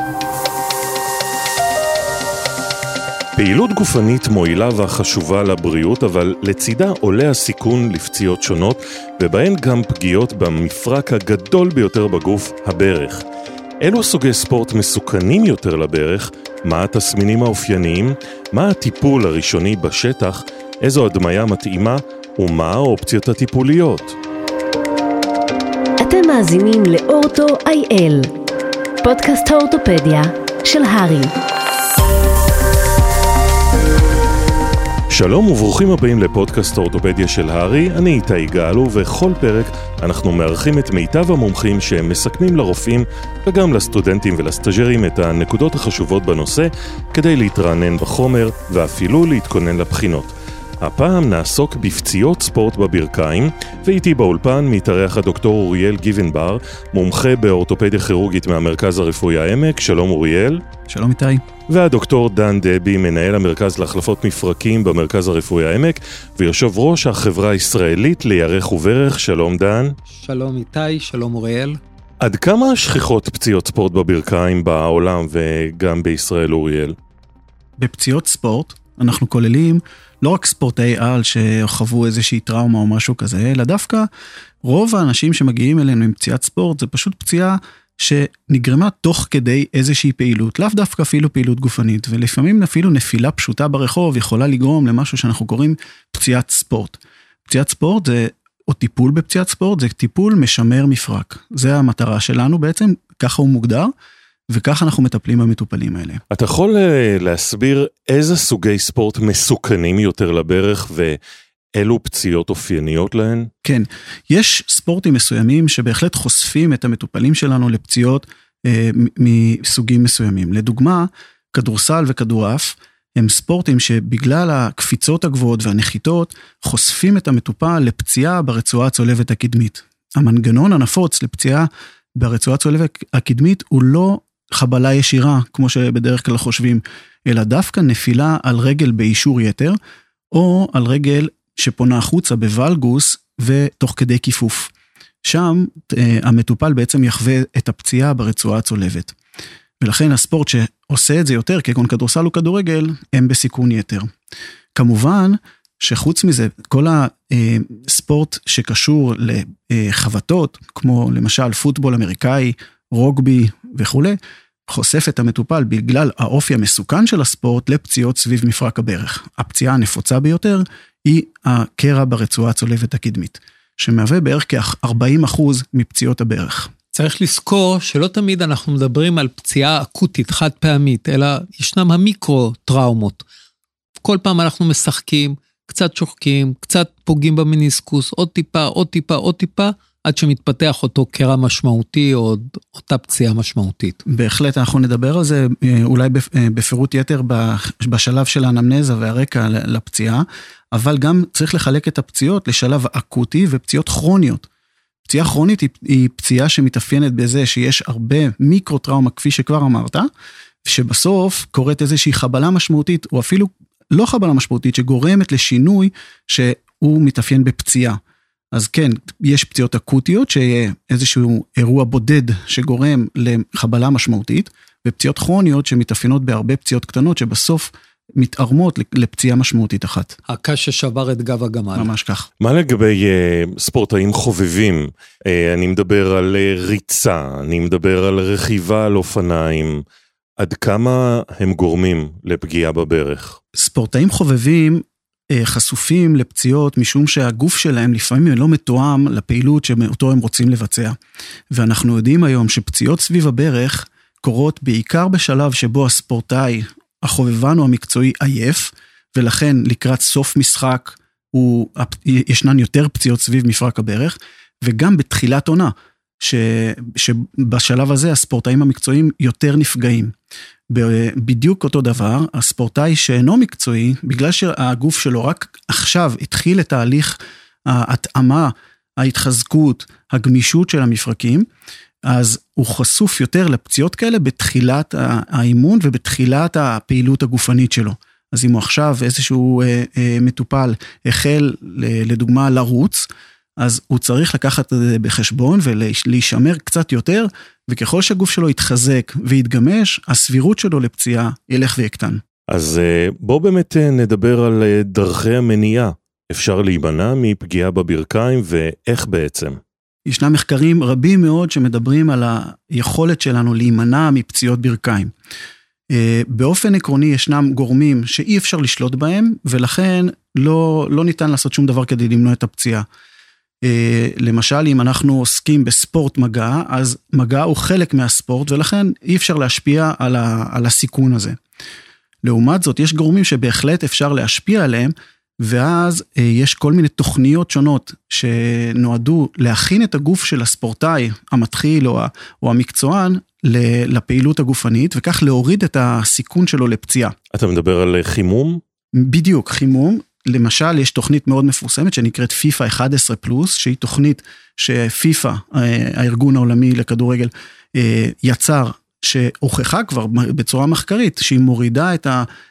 פעילות גופנית מועילה וחשובה לבריאות, אבל לצידה עולה הסיכון לפציעות שונות, ובהן גם פגיעות במפרק הגדול ביותר בגוף, הברך. אילו סוגי ספורט מסוכנים יותר לברך? מה התסמינים האופייניים? מה הטיפול הראשוני בשטח? איזו הדמיה מתאימה? ומה האופציות הטיפוליות? אתם מאזינים לאורתו.il, פודקאסט האורתופדיה של הרי. שלום וברוכים הבאים לפודקאסט האורתופדיה של הרי, אני איתי גלו, ובכל פרק אנחנו מארחים את מיטב המומחים שהם מסכמים לרופאים וגם לסטודנטים ולסטאג'רים את הנקודות החשובות בנושא כדי להתרענן בחומר ואפילו להתכונן לבחינות. הפעם נעסוק בפציעות ספורט בברכיים, ואיתי באולפן מתארח הדוקטור אוריאל גיבנבר, מומחה באורתופדיה כירורגית מהמרכז הרפואי העמק. שלום אוריאל. שלום איתי. והדוקטור דן דבי, מנהל המרכז להחלפות מפרקים במרכז הרפואי העמק, ויושב ראש החברה הישראלית לירך וברך. שלום דן. שלום איתי, שלום אוריאל. עד כמה שכיחות פציעות ספורט בברכיים בעולם וגם בישראל אוריאל? בפציעות ספורט אנחנו כוללים לא רק ספורטאי על שחוו איזושהי טראומה או משהו כזה, אלא דווקא רוב האנשים שמגיעים אלינו עם פציעת ספורט, זה פשוט פציעה שנגרמה תוך כדי איזושהי פעילות, לאו דווקא אפילו פעילות גופנית, ולפעמים אפילו נפילה פשוטה ברחוב יכולה לגרום למשהו שאנחנו קוראים פציעת ספורט. פציעת ספורט זה, או טיפול בפציעת ספורט, זה טיפול משמר מפרק. זה המטרה שלנו בעצם, ככה הוא מוגדר, וכך אנחנו מטפלים במטופלים האלה. אתה יכול להסביר איזה סוגי ספורט מסוכנים יותר לברך ואילו פציעות אופייניות להן? כן, יש ספורטים מסוימים שבהחלט חושפים את המטופלים שלנו לפציעות מסוגים מסוימים. לדוגמה, כדורסל וכדורעף הם ספורטים שבגלל הקפיצות הגבוהות והנחיתות חושפים את המטופל לפציעה ברצועה הצולבת הקדמית. המנגנון הנפוץ לפציעה ברצועה הצולבת הקדמית הוא לא חבלה ישירה, כמו שבדרך כלל חושבים, אלא דווקא נפילה על רגל באישור יתר, או על רגל שפונה החוצה בוולגוס, ותוך כדי כיפוף. שם המטופל בעצם יחווה את הפציעה ברצועה הצולבת. ולכן הספורט שעושה את זה יותר, כגון כדורסל וכדורגל, הם בסיכון יתר. כמובן שחוץ מזה, כל הספורט שקשור לחבטות, כמו למשל פוטבול אמריקאי, רוגבי וכו', חושף את המטופל בגלל האופי המסוכן של הספורט לפציעות סביב מפרק הברך. הפציעה הנפוצה ביותר היא הקרע ברצועה הצולבת הקדמית, שמהווה בערך כ-40% מפציעות הברך. צריך לזכור שלא תמיד אנחנו מדברים על פציעה אקוטית חד פעמית, אלא ישנם המיקרו-טראומות. כל פעם אנחנו משחקים, קצת שוחקים, קצת פוגעים במניסקוס, עוד טיפה, עוד טיפה, עוד טיפה, עד שמתפתח אותו קרע משמעותי או אותה פציעה משמעותית. בהחלט, אנחנו נדבר על זה אולי בפירוט יתר בשלב של האנמנזה והרקע לפציעה, אבל גם צריך לחלק את הפציעות לשלב אקוטי ופציעות כרוניות. פציעה כרונית היא פציעה שמתאפיינת בזה שיש הרבה מיקרו-טראומה, כפי שכבר אמרת, שבסוף קורית איזושהי חבלה משמעותית, או אפילו לא חבלה משמעותית, שגורמת לשינוי שהוא מתאפיין בפציעה. אז כן, יש פציעות אקוטיות, שיהיה איזשהו אירוע בודד שגורם לחבלה משמעותית, ופציעות כרוניות שמתאפיינות בהרבה פציעות קטנות, שבסוף מתארמות לפציעה משמעותית אחת. הקש ששבר את גב הגמל. ממש כך. מה לגבי ספורטאים חובבים? אני מדבר על ריצה, אני מדבר על רכיבה על אופניים. עד כמה הם גורמים לפגיעה בברך? ספורטאים חובבים חשופים לפציעות משום שהגוף שלהם לפעמים לא מתואם לפעילות שאותו הם רוצים לבצע. ואנחנו יודעים היום שפציעות סביב הברך קורות בעיקר בשלב שבו הספורטאי, החובבן או המקצועי עייף, ולכן לקראת סוף משחק ישנן יותר פציעות סביב מפרק הברך, וגם בתחילת עונה, שבשלב הזה הספורטאים המקצועיים יותר נפגעים. בדיוק אותו דבר, הספורטאי שאינו מקצועי, בגלל שהגוף שלו רק עכשיו התחיל את תהליך ההתאמה, ההתחזקות, הגמישות של המפרקים, אז הוא חשוף יותר לפציעות כאלה בתחילת האימון ובתחילת הפעילות הגופנית שלו. אז אם הוא עכשיו איזשהו מטופל החל לדוגמה לרוץ, אז הוא צריך לקחת את זה בחשבון ולהישמר קצת יותר, וככל שהגוף שלו יתחזק ויתגמש, הסבירות שלו לפציעה ילך ויקטן. אז בוא באמת נדבר על דרכי המניעה. אפשר להימנע מפגיעה בברכיים ואיך בעצם? ישנם מחקרים רבים מאוד שמדברים על היכולת שלנו להימנע מפציעות ברכיים. באופן עקרוני ישנם גורמים שאי אפשר לשלוט בהם, ולכן לא ניתן לעשות שום דבר כדי למנוע את הפציעה. למשל, אם אנחנו עוסקים בספורט מגע, אז מגע הוא חלק מהספורט, ולכן אי אפשר להשפיע על הסיכון הזה. לעומת זאת, יש גורמים שבהחלט אפשר להשפיע עליהם, ואז יש כל מיני תוכניות שונות שנועדו להכין את הגוף של הספורטאי המתחיל או המקצוען לפעילות הגופנית, וכך להוריד את הסיכון שלו לפציעה. אתה מדבר על חימום? בדיוק, חימום. למשל, יש תוכנית מאוד מפורסמת שנקראת פיפה 11 פלוס, שהיא תוכנית שפיפה, הארגון העולמי לכדורגל, יצר, שהוכחה כבר בצורה מחקרית, שהיא מורידה את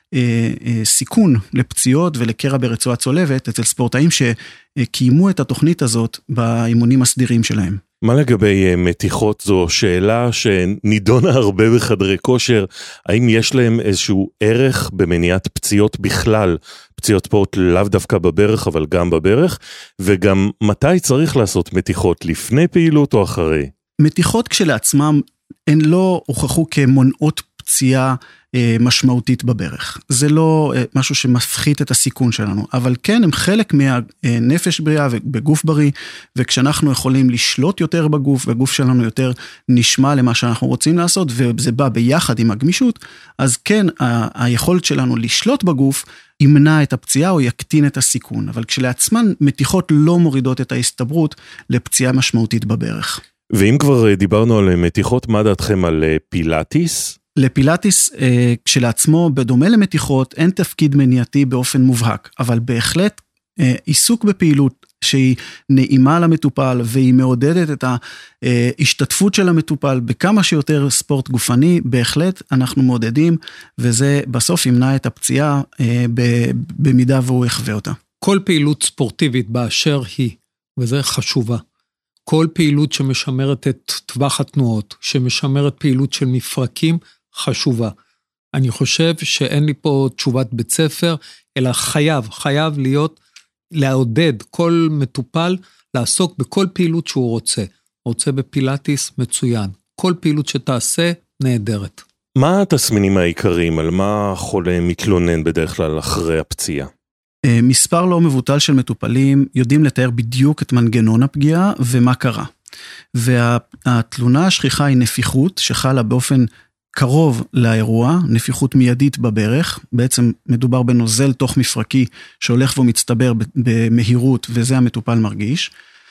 הסיכון לפציעות ולקרע ברצועה צולבת, אצל ספורטאים שקיימו את התוכנית הזאת באימונים הסדירים שלהם. מה לגבי מתיחות? זו שאלה שנידונה הרבה בחדרי כושר. האם יש להם איזשהו ערך במניעת פציעות בכלל? פציעות ספורט לאו דווקא בברך, אבל גם בברך. וגם מתי צריך לעשות מתיחות? לפני פעילות או אחרי? מתיחות כשלעצמם הן לא הוכחו כמונעות פציעה משמעותית בברך. זה לא משהו שמפחית את הסיכון שלנו, אבל כן הם חלק מהנפש בריאה ובגוף בריא, וכשאנחנו יכולים לשלוט יותר בגוף, והגוף שלנו יותר נשמע למה שאנחנו רוצים לעשות, וזה בא ביחד עם הגמישות, אז כן, היכולת שלנו לשלוט בגוף, ימנע את הפציעה או יקטין את הסיכון, אבל כשלעצמן מתיחות לא מורידות את ההסתברות לפציעה משמעותית בברך. ואם כבר דיברנו על מתיחות, מה דעתכם על פילאטיס? לפילאטיס כשלעצמו, בדומה למתיחות, אין תפקיד מניעתי באופן מובהק, אבל בהחלט עיסוק בפעילות שהיא נעימה למטופל, והיא מעודדת את ההשתתפות של המטופל בכמה שיותר ספורט גופני, בהחלט אנחנו מעודדים, וזה בסוף ימנע את הפציעה במידה והוא יחווה אותה. כל פעילות ספורטיבית באשר היא, וזה חשובה. כל פעילות שמשמרת את טווח התנועות, שמשמרת פעילות של מפרקים, חשובה. אני חושב שאין לי פה תשובת בית ספר, אלא חייב להיות, לעודד כל מטופל, לעסוק בכל פעילות שהוא רוצה בפילאטיס מצוין. כל פעילות שתעשה, נהדרת. מה התסמינים העיקריים? על מה חולה מתלונן בדרך כלל אחרי הפציעה? מספר לא מבוטל של מטופלים יודעים לתאר בדיוק את מנגנון הפגיעה ומה קרה. והתלונה השכיחה היא נפיחות שחלה באופן קרוב לאירוע, נפיחות מיידית בברך, בעצם מדובר בנוזל תוך מפרקי שהולך ומצטבר במהירות וזה המטופל מרגיש.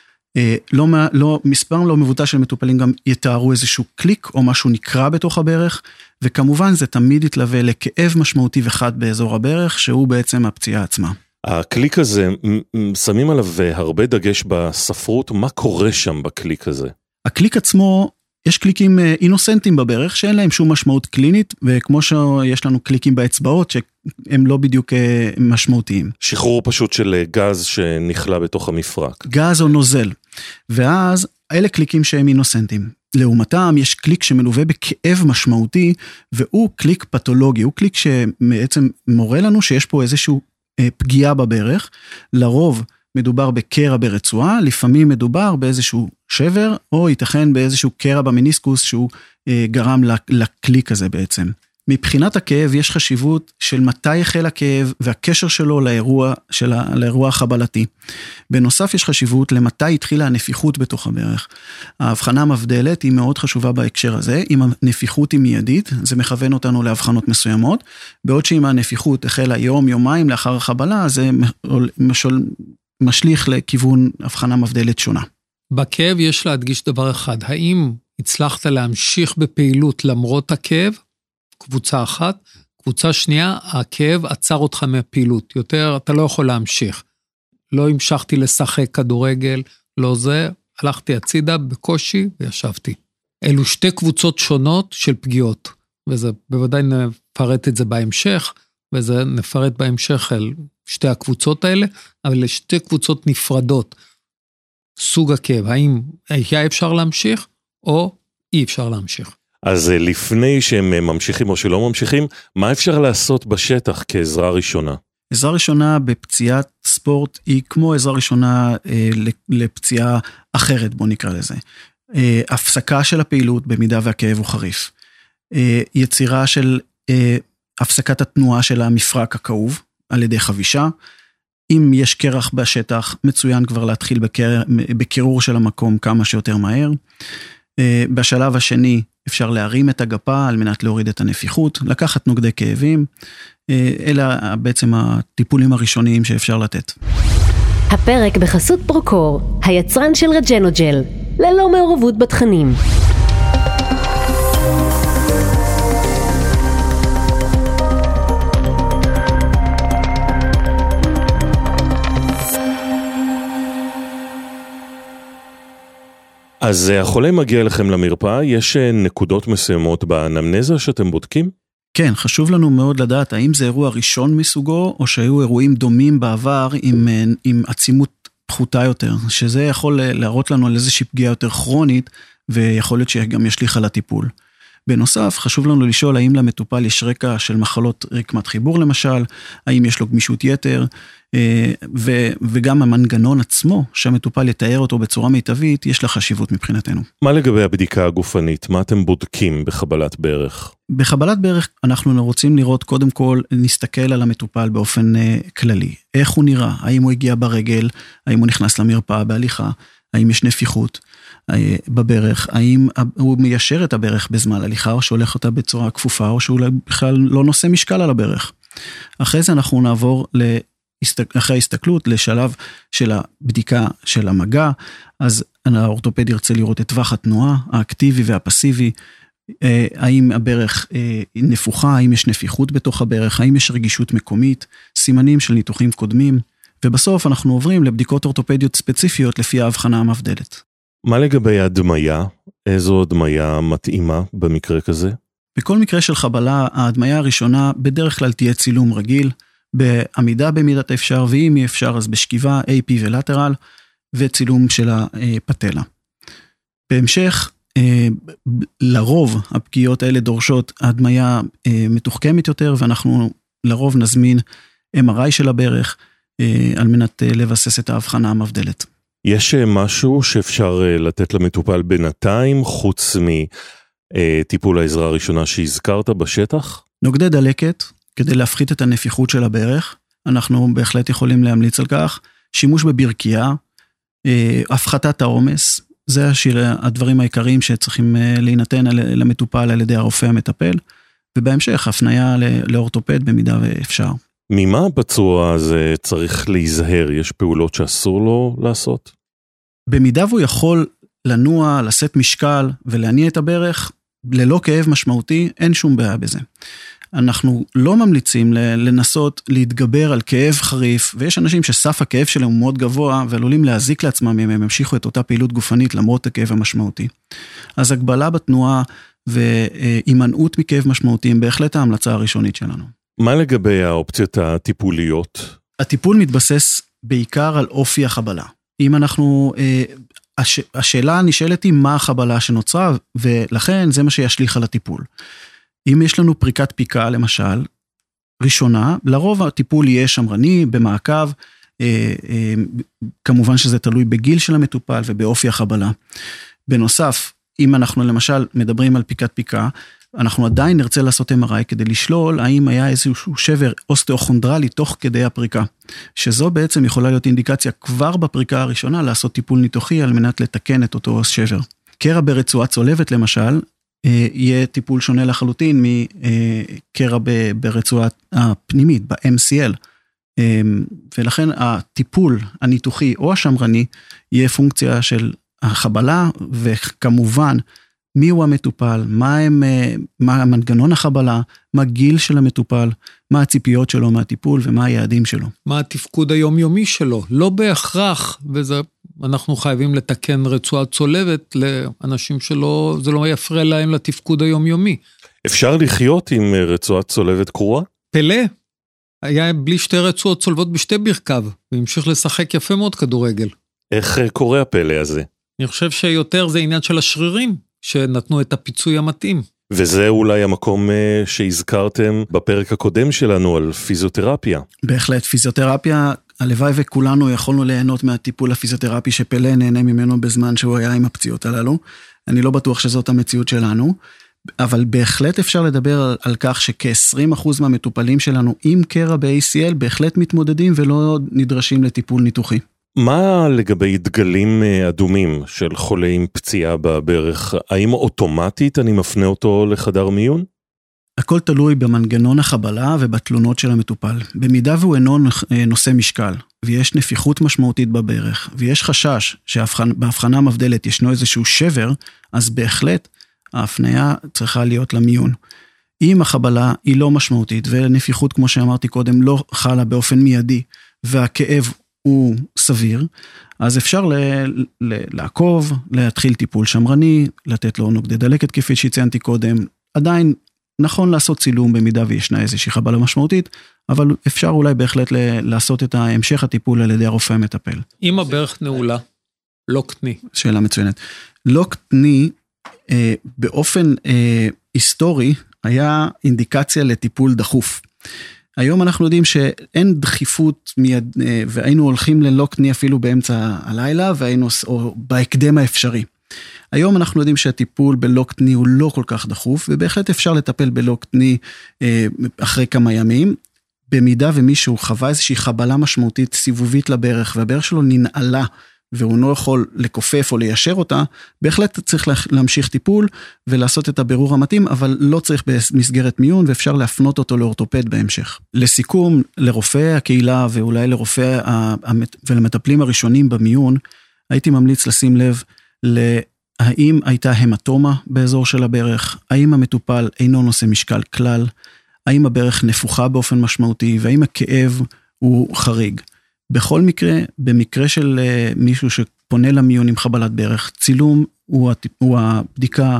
מספר לא מבוטל של מטופלים גם יתארו איזשהו קליק או משהו נקרא בתוך הברך, וכמובן זה תמיד יתלווה לכאב משמעותי וחד באזור הברך, שהוא בעצם הפציעה עצמה. הקליק הזה, שמים עליו הרבה דגש בספרות, מה קורה שם בקליק הזה? הקליק עצמו, יש קליקים אינוסנטיים בברך, שאין להם שום משמעות קלינית, וכמו שיש לנו קליקים באצבעות, שהם לא בדיוק משמעותיים. שחרור פשוט של גז שנכלה בתוך המפרק. גז או נוזל. ואז, אלה קליקים שהם אינוסנטיים. לעומתם, יש קליק שמלווה בכאב משמעותי, והוא קליק פתולוגי, הוא קליק שבעצם מורה לנו שיש פה איזשהו פגיעה בברך, לרוב מדובר בקרע ברצועה, לפעמים מדובר באיזשהו שבר, או ייתכן באיזשהו קרע במניסקוס, שהוא גרם לקליק הזה בעצם. מבחינת הכאב יש חשיבות של מתי החל הכאב, והקשר שלו לאירוע החבלתי. בנוסף יש חשיבות למתי התחילה הנפיחות בתוך הברך. ההבחנה המבדלת היא מאוד חשובה בהקשר הזה, אם הנפיחות היא מיידית, זה מכוון אותנו להבחנות מסוימות, בעוד שאם הנפיחות החלה יום-יומיים לאחר החבלה, זה משליך לכיוון הבחנה מבדלת שונה. בכאב יש להדגיש דבר אחד, האם הצלחת להמשיך בפעילות למרות הכאב, קבוצה אחת, קבוצה שנייה, הכאב עצר אותך מהפעילות, יותר אתה לא יכול להמשיך. לא המשכתי לשחק כדורגל, לא זה, הלכתי הצידה בקושי וישבתי. אלו שתי קבוצות שונות של פגיעות, וזה בוודאי נפרט את זה בהמשך, וזה נפרט בהמשך על שתי הקבוצות האלה, אבל לשתי קבוצות נפרדות. סוג הכאב, האם היה אפשר להמשיך או אי אפשר להמשיך. אז לפני שהם ממשיכים או שלא ממשיכים, מה אפשר לעשות בשטח כעזרה ראשונה? עזרה ראשונה בפציעת ספורט היא כמו עזרה ראשונה לפציעה אחרת, בוא נקרא לזה. הפסקה של הפעילות במידה והכאב הוא חריף. יצירה של הפסקת התנועה של המפרק הכאוב על ידי חבישה. אם יש קרח בשטח, מצוין כבר להתחיל בקירור של המקום כמה שיותר מהר. בשלב השני אפשר להרים את הגפה על מנת להוריד את הנפיחות, לקחת נוגדי כאבים, אלה בעצם הטיפולים הראשוניים שאפשר לתת. הפרק בחסות פרוקור, היצרן של רג'נוג'ל, ללא מעורבות בתכנים. אז החולה מגיע לכם למרפאה, יש נקודות מסוימות באנמנזה שאתם בודקים? כן, חשוב לנו מאוד לדעת האם זה אירוע ראשון מסוגו, או שהיו אירועים דומים בעבר עם עצימות פחותה יותר, שזה יכול להראות לנו על איזושהי פגיעה יותר כרונית, ויכול להיות שגם ישליך על הטיפול. בנוסף, חשוב לנו לשאול האם למטופל יש רקע של מחלות רקמת חיבור למשל, האם יש לו גמישות יתר, וגם המנגנון עצמו, שהמטופל יתאר אותו בצורה מיטבית, יש לה חשיבות מבחינתנו. מה לגבי הבדיקה הגופנית? מה אתם בודקים בחבלת ברך? בחבלת ברך אנחנו רוצים לראות, קודם כל, נסתכל על המטופל באופן כללי. איך הוא נראה? האם הוא הגיע ברגל? האם הוא נכנס למרפאה בהליכה? האם יש נפיחות בברך? האם הוא מיישר את הברך בזמן הליכה, או שהולך אותה בצורה כפופה, או שהוא בכלל לא נושא משקל על הברך? אחרי זה אנחנו נעבור אחרי ההסתכלות לשלב של הבדיקה של המגע, אז האורתופד ירצה לראות את טווח התנועה, האקטיבי והפסיבי, האם הברך נפוחה, האם יש נפיחות בתוך הברך, האם יש רגישות מקומית, סימנים של ניתוחים קודמים, ובסוף אנחנו עוברים לבדיקות אורתופדיות ספציפיות לפי ההבחנה המבדלת. מה לגבי הדמיה? איזו הדמיה מתאימה במקרה כזה? בכל מקרה של חבלה, ההדמיה הראשונה בדרך כלל תהיה צילום רגיל, בעמידה במידת האפשר, ואם אי אפשר אז בשכיבה, AP ולטרל, וצילום של הפתלה. בהמשך, לרוב הפגיעות האלה דורשות הדמיה מתוחכמת יותר, ואנחנו לרוב נזמין MRI של הברך, על מנת לבסס את ההבחנה המבדלת. יש משהו שאפשר לתת למטופל בינתיים, חוץ מטיפול העזרה הראשונה שהזכרת בשטח? נוגדי דלקת, כדי להפחית את הנפיחות של הברך, אנחנו בהחלט יכולים להמליץ על כך, שימוש בברכייה, הפחתת העומס, זה הדברים העיקריים שצריכים להינתן למטופל על ידי הרופא המטפל, ובהמשך הפניה לאורתופד במידה ואפשר. ממה הפצוע הזה צריך להיזהר? יש פעולות שאסור לו לעשות? במידה והוא יכול לנוע, לשאת משקל ולהניע את הברך, ללא כאב משמעותי, אין שום בעיה בזה. אנחנו לא ממליצים לנסות להתגבר על כאב חריף, ויש אנשים שסף הכאב שלהם הוא מאוד גבוה, ועלולים להזיק לעצמם אם הם המשיכו את אותה פעילות גופנית למרות הכאב המשמעותי. אז הגבלה בתנועה והימנעות מכאב משמעותיים, בהחלט ההמלצה הראשונית שלנו. מה לגבי האופציות הטיפוליות? הטיפול מתבסס בעיקר על אופי החבלה. אם אנחנו, השאלה נשאלת היא מה החבלה שנוצרה, ולכן זה מה שישליך על הטיפול. אם יש לנו פריקת פיקה, למשל, ראשונה, לרוב הטיפול יהיה שמרני, במעקב, כמובן שזה תלוי בגיל של המטופל ובאופי החבלה. בנוסף, אם אנחנו למשל מדברים על פיקת פיקה, אנחנו עדיין נרצה לעשות MRI כדי לשלול האם היה איזשהו שבר אוסטאוכונדרלי תוך כדי הפריקה, שזו בעצם יכולה להיות אינדיקציה כבר בפריקה הראשונה לעשות טיפול ניתוחי על מנת לתקן את אותו שבר. קרע ברצועה צולבת למשל, יהיה טיפול שונה לחלוטין מקרע ברצועה הפנימית, ב-MCL, ולכן הטיפול הניתוחי או השמרני יהיה פונקציה של החבלה, וכמובן מי הוא המטופל, מה המנגנון החבלה, מה הגיל של המטופל, מה הציפיות שלו מהטיפול ומה היעדים שלו. מה התפקוד היומיומי שלו, לא בהכרח, וזה אנחנו חייבים לתקן רצועה צולבת לאנשים שלא, זה לא יפריע להם לתפקוד היומיומי. אפשר לחיות עם רצועה צולבת קרועה? פלא, היה בלי שתי רצועות צולבות בשתי ברכיו, והמשיך לשחק יפה מאוד כדורגל. איך קורה הפלא הזה? אני חושב שיותר זה עניין של השרירים, שנתנו את הפיצוי המתאים. וזה אולי המקום שהזכרתם בפרק הקודם שלנו על פיזיותרפיה. בהחלט, פיזיותרפיה, הלוואי וכולנו יכולנו ליהנות מהטיפול הפיזיותרפי שפלא נהנה ממנו בזמן שהוא היה עם הפציעות הללו. אני לא בטוח שזאת המציאות שלנו, אבל בהחלט אפשר לדבר על כך שכ-20% מהמטופלים שלנו עם קרע ב-ACL בהחלט מתמודדים ולא נדרשים לטיפול ניתוחי. מה לגבי דגלים אדומים של חולה עם פציעה בברך? האם אוטומטית אני מפנה אותו לחדר מיון? הכל תלוי במנגנון החבלה ובתלונות של המטופל. במידה והוא אינו נושא משקל, ויש נפיחות משמעותית בברך, ויש חשש שבהבחנה המבדלת ישנו איזשהו שבר, אז בהחלט ההפניה צריכה להיות למיון. אם החבלה היא לא משמעותית, ונפיחות כמו שאמרתי קודם לא חלה באופן מיידי, והכאב הוא סביר, אז אפשר לעקוב, להתחיל טיפול שמרני, לתת לו נוגדי דלקת כפי שציינתי קודם, עדיין נכון לעשות צילום במידה וישנה איזושהי חבלה משמעותית, אבל אפשר אולי בהחלט לעשות את המשך הטיפול על ידי הרופא המטפל. אם הברך נעולה, לא קטני. שאלה מצוינת. לא קטני, באופן היסטורי, היה אינדיקציה לטיפול דחוף. היום אנחנו יודעים שאין דחיפות מיד, והיינו הולכים ללא קטני אפילו באמצע הלילה, או בהקדם האפשרי. היום אנחנו יודעים שהטיפול בלא קטני הוא לא כל כך דחוף, ובהחלט אפשר לטפל בלא קטני אחרי כמה ימים, במידה ומישהו חווה איזושהי חבלה משמעותית סיבובית לברך, והברך שלו ננעלה, והוא לא יכול לקופף או ליישר אותה, בהחלט צריך להמשיך טיפול, ולעשות את הבירור המתאים, אבל לא צריך במסגרת מיון, ואפשר להפנות אותו לאורתופד בהמשך. לסיכום, לרופאי הקהילה, ואולי לרופאי ולמטפלים הראשונים במיון, הייתי ממליץ לשים לב האם הייתה המטומה באזור של הברך, האם המטופל אינו נושא משקל כלל, האם הברך נפוחה באופן משמעותי, והאם הכאב הוא חריג. בכל מקרה, במקרה של מישהו שפונה למיון עם חבלת ברך, צילום הוא הבדיקה,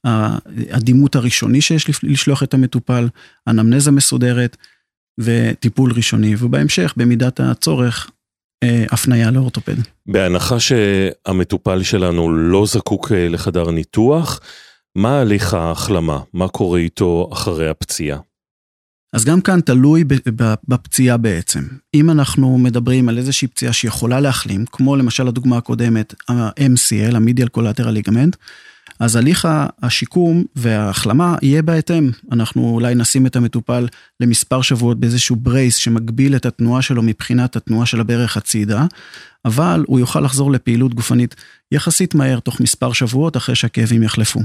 הדימות הראשוני שיש לשלוח את המטופל, אנמנזה מסודרת וטיפול ראשוני, ובהמשך, במידת הצורך, הפניה לאורתופד. בהנחה שהמטופל שלנו לא זקוק לחדר ניתוח, מה הליך ההחלמה? מה קורה איתו אחרי הפציעה? אז גם כאן תלוי בפציעה בעצם. אם אנחנו מדברים על איזושהי פציעה שיכולה להחלים, כמו למשל הדוגמה הקודמת, ה-MCL, ה-Medial Collateral Ligament, אז הליך השיקום וההחלמה יהיה בהתאם. אנחנו אולי נשים את המטופל למספר שבועות באיזשהו ברייס שמגביל את התנועה שלו מבחינת התנועה של הברך הצידה, אבל הוא יוכל לחזור לפעילות גופנית יחסית מהר תוך מספר שבועות אחרי שהכאבים יחלפו.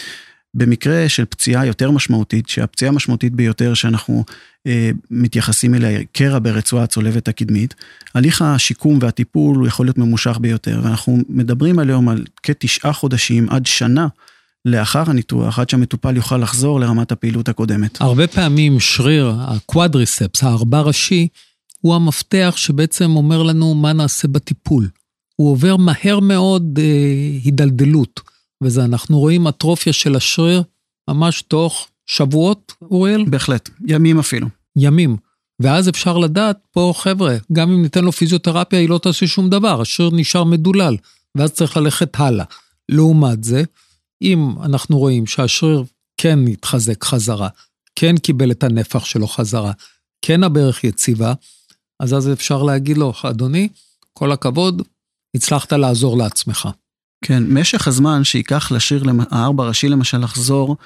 במקרה של פציעה יותר משמעותית, שהפציעה המשמעותית ביותר שאנחנו מתייחסים אליה, קרע ברצועה הצולבת הקדמית, הליך השיקום והטיפול הוא יכול להיות ממושך ביותר, ואנחנו מדברים היום על כ9 חודשים עד שנה לאחר הניתוח, עד שהמטופל יוכל לחזור לרמת הפעילות הקודמת. הרבה פעמים שריר, הקוואדריספס, הארבע ראשי, הוא המפתח שבעצם אומר לנו מה נעשה בטיפול. הוא עובר מהר מאוד הידלדלות, וזה אנחנו רואים אטרופיה של השריר, ממש תוך שבועות, אוריאל? בהחלט, ימים אפילו. ימים, ואז אפשר לדעת פה חבר'ה, גם אם ניתן לו פיזיותרפיה, היא לא תעשה שום דבר, השריר נשאר מדולל, ואז צריך ללכת הלאה. לעומת זה, אם אנחנו רואים שהשריר כן יתחזק חזרה, כן קיבל את הנפח שלו חזרה, כן הברך יציבה, אז אפשר להגיד לו, אדוני, כל הכבוד, הצלחת לעזור לעצמך. כן, משך הזמן שיקח לשריר הארבע ראשי למשל לחזור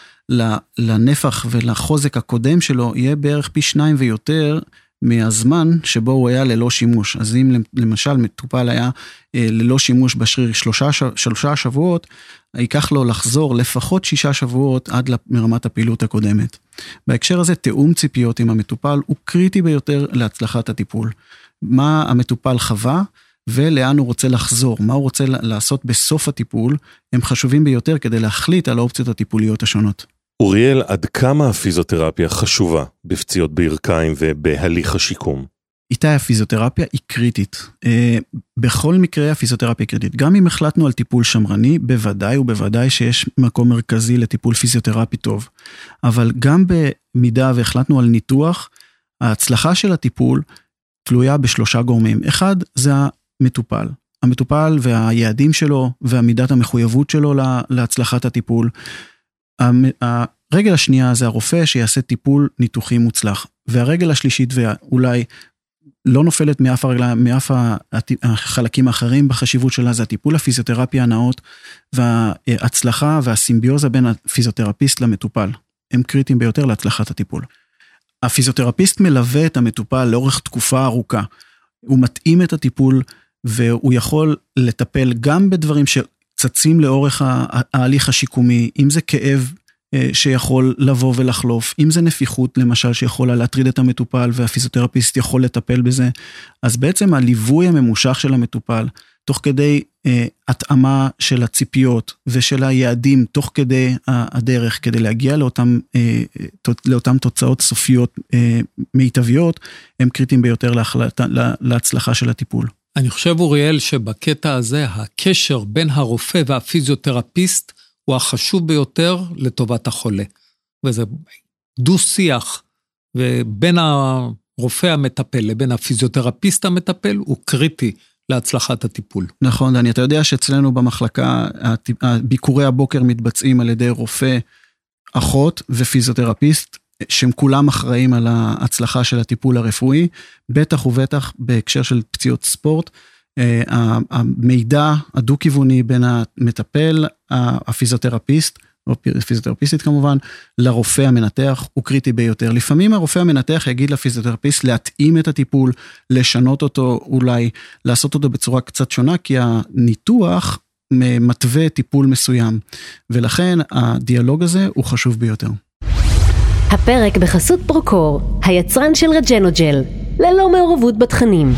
לנפח ולחוזק הקודם שלו, יהיה בערך פי 2 ויותר מהזמן שבו הוא היה ללא שימוש. אז אם למשל מטופל היה ללא שימוש בשריר 3 שבועות, ייקח לו לחזור לפחות 6 שבועות עד מרמת הפעילות הקודמת. בהקשר הזה תאום ציפיות עם המטופל הוא קריטי ביותר להצלחת הטיפול. מה המטופל חווה ולאן הוא רוצה לחזור, מה הוא רוצה לעשות בסוף הטיפול, הם חשובים ביותר כדי להחליט על האופציות הטיפוליות השונות. אוריאל, עד כמה הפיזיותרפיה חשובה בפציעות ברכיים ובהליך השיקום? איתה הפיזיותרפיה היא קריטית. בכל מקרה הפיזיותרפיה היא קריטית. גם אם החלטנו על טיפול שמרני, בוודאי ובוודאי שיש מקום מרכזי לטיפול פיזיותרפי טוב. אבל גם במידה והחלטנו על ניתוח, ההצלחה של הטיפול תלויה ב3 גורמים. אחד זה המטופל. המטופל והיעדים שלו והמידת המחויבות שלו להצלחת הטיפול. הרגל השנייה זה הרופא שיעשה טיפול ניתוחי מוצלח. והרגל השלישית ואולי לא נופלת מאף החלקים האחרים בחשיבות שלה, זה הטיפול הפיזיותרפי הנאות וההצלחה והסימביוזה בין הפיזיותרפיסט למטופל. הם קריטיים ביותר להצלחת הטיפול. הפיזיותרפיסט מלווה את המטופל לאורך תקופה ארוכה. הוא מתאים את הטיפול והוא יכול לטפל גם בדברים שצצים לאורך ההליך השיקומי, אם זה כאב שיכול לבוא ולחלוף, אם זה נפיחות למשל שיכולה להטריד את המטופל והפיזיותרפיסט יכול לטפל בזה, אז בעצם הליווי הממושך של המטופל, תוך כדי התאמה של הציפיות ושל היעדים, תוך כדי הדרך, כדי להגיע לאותם תוצאות סופיות מיטביות, הם קריטיים ביותר להצלחה של הטיפול. אני חושב, אוריאל, שבקטע הזה, הקשר בין הרופא והפיזיותרפיסט, הוא החשוב ביותר לטובת החולה. וזה דו-שיח, ובין הרופא המטפל לבין הפיזיותרפיסט המטפל, הוא קריטי להצלחת הטיפול. נכון, דני, אתה יודע שאצלנו במחלקה, ביקורי הבוקר מתבצעים על ידי רופא, אחות ופיזיותרפיסט, שהם כולם אחראים על ההצלחה של הטיפול הרפואי, בטח ובטח בהקשר של פציעות ספורט, המידע הדו-כיווני בין המטפל, הפיזיותרפיסט, או פיזיותרפיסטית כמובן, לרופא המנתח הוא קריטי ביותר. לפעמים הרופא המנתח יגיד לפיזיותרפיסט להתאים את הטיפול, לשנות אותו, אולי לעשות אותו בצורה קצת שונה, כי הניתוח מתווה טיפול מסוים, ולכן הדיאלוג הזה הוא חשוב ביותר. הפרק בחסות פרוקור, היצרן של רג'נוג'ל, ללא מעורבות בתכנים.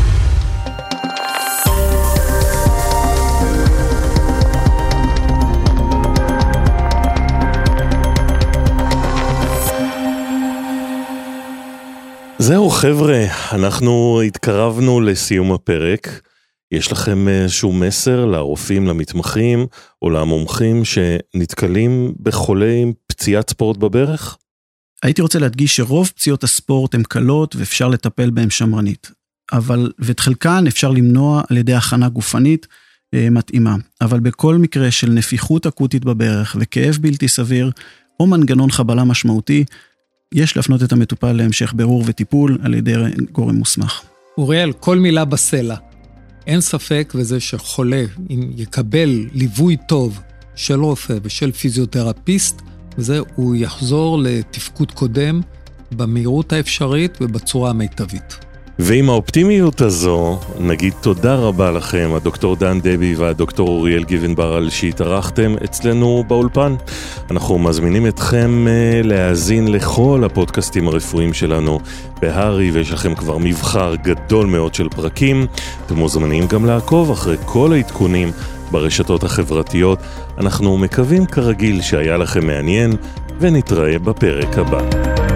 זהו חבר'ה, אנחנו התקרבנו לסיום הפרק. יש לכם איזשהו מסר לרופאים, למתמחים או למומחים שנתקלים בחולי עם פציעת ספורט בברך? הייתי רוצה להדגיש שרוב פציעות הספורט הן קלות ואפשר לטפל בהן שמרנית. ואת חלקן אפשר למנוע על ידי הכנה גופנית מתאימה. אבל בכל מקרה של נפיחות אקוטית בברך וכאב בלתי סביר או מנגנון חבלה משמעותי, יש להפנות את המטופל להמשך בירור וטיפול על ידי גורם מוסמך. אוריאל, כל מילה בסלע. אין ספק וזה שחולה, אם יקבל ליווי טוב של רופא ושל פיזיותרפיסט, וזה הוא יחזור לתפקוד קודם במהירות האפשרית ובצורה המיטבית. ועם האופטימיות הזו, נגיד תודה רבה לכם, הדוקטור דן דבי והדוקטור אוריאל גיבנברל, שהתארחתם אצלנו באולפן. אנחנו מזמינים אתכם להאזין לכל הפודקאסטים הרפואיים שלנו בהרי, ויש לכם כבר מבחר גדול מאוד של פרקים. אתם מוזמנים גם לעקוב אחרי כל העדכונים ברשתות החברתיות. אנחנו מקווים כרגיל שהיה לכם מעניין, ונתראה בפרק הבא.